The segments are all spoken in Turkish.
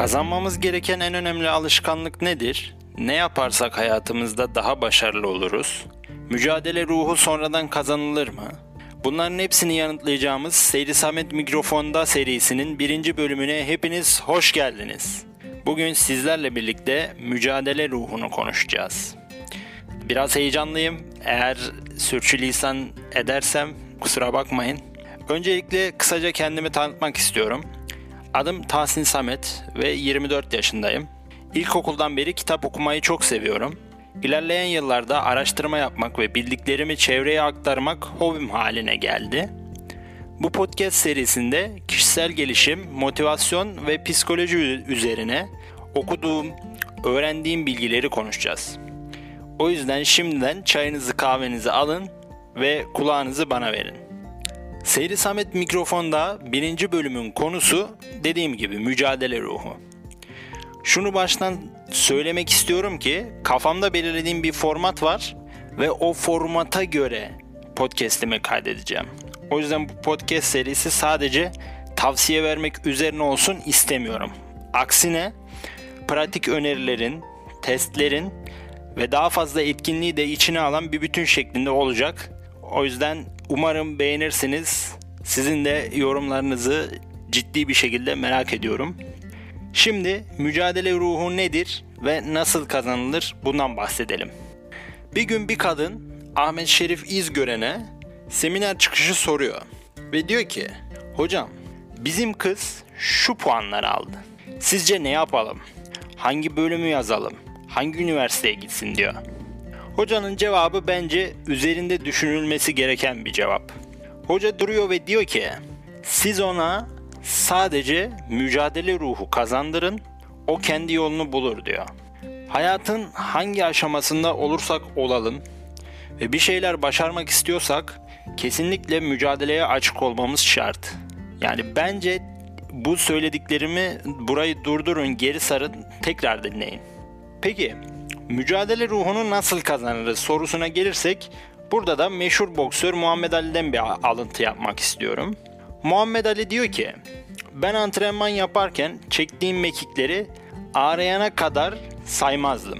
Kazanmamız gereken en önemli alışkanlık nedir? Ne yaparsak hayatımızda daha başarılı oluruz? Mücadele ruhu sonradan kazanılır mı? Bunların hepsini yanıtlayacağımız Seyri Samet Mikrofon'da serisinin 1. bölümüne hepiniz hoş geldiniz. Bugün sizlerle birlikte mücadele ruhunu konuşacağız. Biraz heyecanlıyım. Eğer sürçülisan edersem kusura bakmayın. Öncelikle kısaca kendimi tanıtmak istiyorum. Adım Tahsin Samet ve 24 yaşındayım. İlkokuldan beri kitap okumayı çok seviyorum. İlerleyen yıllarda araştırma yapmak ve bildiklerimi çevreye aktarmak hobim haline geldi. Bu podcast serisinde kişisel gelişim, motivasyon ve psikoloji üzerine okuduğum, öğrendiğim bilgileri konuşacağız. O yüzden şimdiden çayınızı kahvenizi alın ve kulağınızı bana verin. Seyri Samet Mikrofon'da 1. bölümün konusu dediğim gibi mücadele ruhu. Şunu baştan söylemek istiyorum ki kafamda belirlediğim bir format var ve o formata göre podcast'imi kaydedeceğim. O yüzden bu podcast serisi sadece tavsiye vermek üzerine olsun istemiyorum. Aksine pratik önerilerin, testlerin ve daha fazla etkinliği de içine alan bir bütün şeklinde olacak. O yüzden umarım beğenirsiniz. Sizin de yorumlarınızı ciddi bir şekilde merak ediyorum. Şimdi mücadele ruhu nedir ve nasıl kazanılır bundan bahsedelim. Bir gün bir kadın Ahmet Şerif İzgören'e seminer çıkışı soruyor. Ve diyor ki, hocam bizim kız şu puanları aldı. Sizce ne yapalım? Hangi bölümü yazalım? Hangi üniversiteye gitsin diyor. Hocanın cevabı bence üzerinde düşünülmesi gereken bir cevap. Hoca duruyor ve diyor ki, siz ona sadece mücadele ruhu kazandırın, o kendi yolunu bulur diyor. Hayatın hangi aşamasında olursak olalım ve bir şeyler başarmak istiyorsak kesinlikle mücadeleye açık olmamız şart. Yani bence bu söylediklerimi burayı durdurun, geri sarın, tekrar dinleyin. Peki mücadele ruhunu nasıl kazanırız sorusuna gelirsek burada da meşhur boksör Muhammed Ali'den bir alıntı yapmak istiyorum. Muhammed Ali diyor ki, ben antrenman yaparken çektiğim mekikleri ağrıyana kadar saymazdım.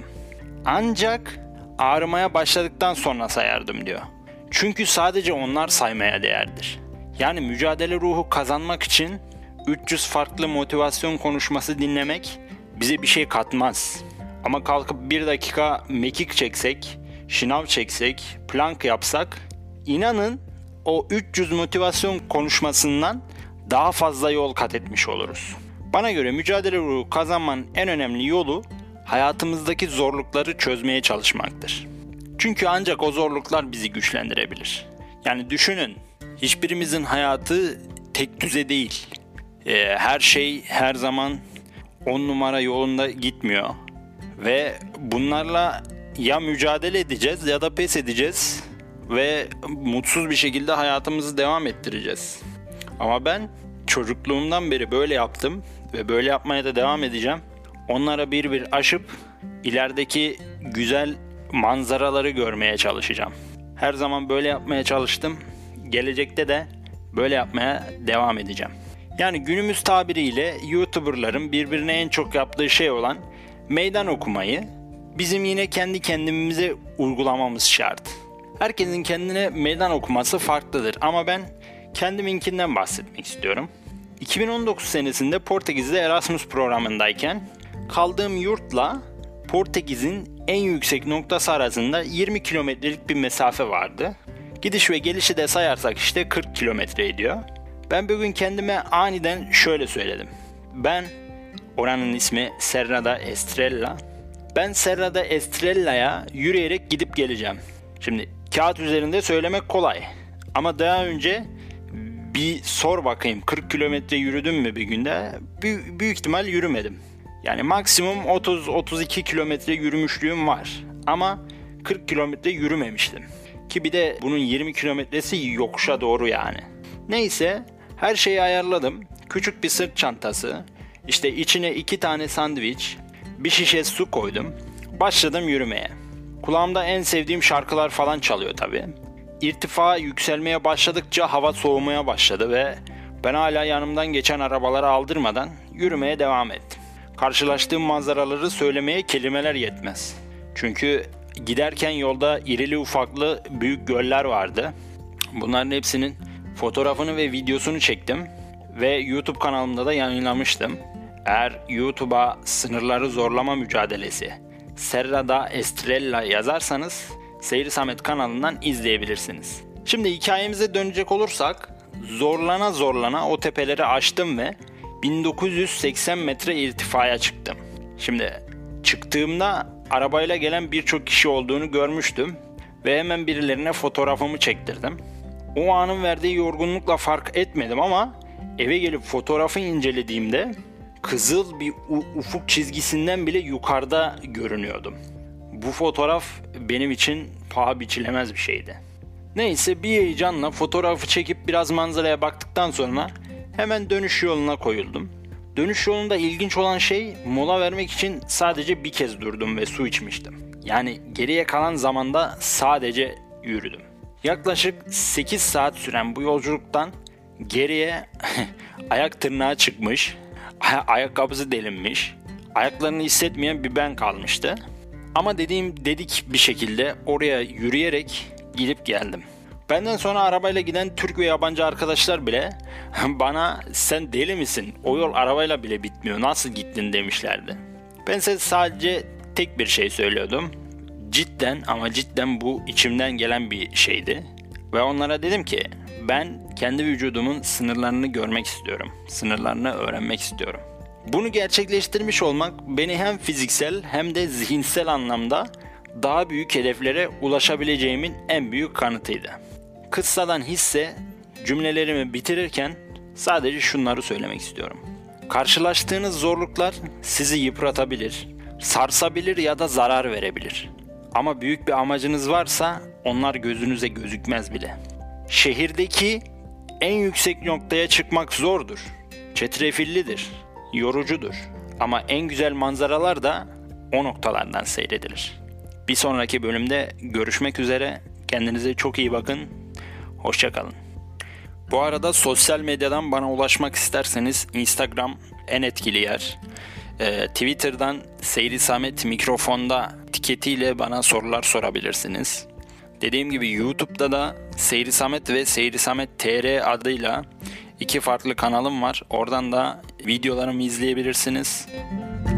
Ancak ağrımaya başladıktan sonra sayardım diyor. Çünkü sadece onlar saymaya değerdir. Yani mücadele ruhu kazanmak için 300 farklı motivasyon konuşması dinlemek bize bir şey katmaz. Ama kalkıp 1 dakika mekik çeksek, şınav çeksek, plank yapsak, inanın o 300 motivasyon konuşmasından daha fazla yol kat etmiş oluruz. Bana göre mücadele ruhu kazanmanın en önemli yolu hayatımızdaki zorlukları çözmeye çalışmaktır. Çünkü ancak o zorluklar bizi güçlendirebilir. Yani düşünün, hiçbirimizin hayatı tek düze değil. Her şey her zaman 10 numara yolunda gitmiyor. Ve bunlarla ya mücadele edeceğiz ya da pes edeceğiz ve mutsuz bir şekilde hayatımızı devam ettireceğiz. Ama ben çocukluğumdan beri böyle yaptım ve böyle yapmaya da devam edeceğim. Onlara bir bir aşıp ilerideki güzel manzaraları görmeye çalışacağım. Her zaman böyle yapmaya çalıştım. Gelecekte de böyle yapmaya devam edeceğim. Yani günümüz tabiriyle YouTuber'ların birbirine en çok yaptığı şey olan meydan okumayı bizim yine kendi kendimize uygulamamız şart. Herkesin kendine meydan okuması farklıdır ama ben kendiminkinden bahsetmek istiyorum. 2019 senesinde Portekiz'de Erasmus programındayken kaldığım yurtla Portekiz'in en yüksek noktası arasında 20 kilometrelik bir mesafe vardı. Gidiş ve gelişi de sayarsak işte 40 kilometre ediyor. Ben bugün kendime aniden şöyle söyledim. Oranın ismi Serra da Estrella. Ben Serra da Estrella'ya yürüyerek gidip geleceğim. Şimdi kağıt üzerinde söylemek kolay. Ama daha önce bir sor bakayım 40 kilometre yürüdüm mü bir günde? Büyük ihtimal yürümedim. Yani maksimum 30-32 kilometre yürümüşlüğüm var. Ama 40 kilometre yürümemiştim. Ki bir de bunun 20 kilometresi yokuşa doğru yani. Neyse her şeyi ayarladım. Küçük bir sırt çantası. İşte içine 2 tane sandviç, bir şişe su koydum. Başladım yürümeye. Kulağımda en sevdiğim şarkılar falan çalıyor tabii. İrtifa yükselmeye başladıkça hava soğumaya başladı ve ben hala yanımdan geçen arabaları aldırmadan yürümeye devam ettim. karşılaştığım manzaraları söylemeye kelimeler yetmez. Çünkü giderken yolda irili ufaklı büyük göller vardı. Bunların hepsinin fotoğrafını ve videosunu çektim ve YouTube kanalımda da yayınlamıştım. Eğer YouTube'a sınırları zorlama mücadelesi Serra da Estrella yazarsanız Seyri Samet kanalından izleyebilirsiniz. Şimdi hikayemize dönecek olursak zorlana zorlana o tepeleri aştım ve 1980 metre irtifaya çıktım. Şimdi çıktığımda arabayla gelen birçok kişi olduğunu görmüştüm ve hemen birilerine fotoğrafımı çektirdim. O anın verdiği yorgunlukla fark etmedim ama eve gelip fotoğrafı incelediğimde kızıl bir ufuk çizgisinden bile yukarıda görünüyordum. Bu fotoğraf benim için paha biçilemez bir şeydi. Neyse bir heyecanla fotoğrafı çekip biraz manzaraya baktıktan sonra hemen dönüş yoluna koyuldum. Dönüş yolunda ilginç olan şey mola vermek için sadece bir kez durdum ve su içmiştim. Yani geriye kalan zamanda sadece yürüdüm. Yaklaşık 8 saat süren bu yolculuktan geriye ayak tırnağı çıkmış, ayakkabısı delinmiş, ayaklarını hissetmeyen bir ben kalmıştı. Ama dedik bir şekilde oraya yürüyerek gidip geldim. Benden sonra arabayla giden Türk ve yabancı arkadaşlar bile bana sen deli misin? O yol arabayla bile bitmiyor. Nasıl gittin demişlerdi. Bense sadece tek bir şey söylüyordum. Cidden ama cidden bu içimden gelen bir şeydi. Ve onlara dedim ki ben kendi vücudumun sınırlarını görmek istiyorum. Sınırlarını öğrenmek istiyorum. Bunu gerçekleştirmiş olmak beni hem fiziksel hem de zihinsel anlamda daha büyük hedeflere ulaşabileceğimin en büyük kanıtıydı. Kıssadan hisse cümlelerimi bitirirken sadece şunları söylemek istiyorum. Karşılaştığınız zorluklar sizi yıpratabilir, sarsabilir ya da zarar verebilir. Ama büyük bir amacınız varsa onlar gözünüze gözükmez bile. Şehirdeki en yüksek noktaya çıkmak zordur, çetrefillidir, yorucudur. Ama en güzel manzaralar da o noktalardan seyredilir. Bir sonraki bölümde görüşmek üzere. Kendinize çok iyi bakın. Hoşça kalın. Bu arada sosyal medyadan bana ulaşmak isterseniz Instagram en etkili yer. Twitter'dan Seyri Samet mikrofonda etiketiyle bana sorular sorabilirsiniz. Dediğim gibi YouTube'da da Seyri Samet ve Seyri Samet TR adıyla 2 farklı kanalım var. Oradan da videolarımı izleyebilirsiniz.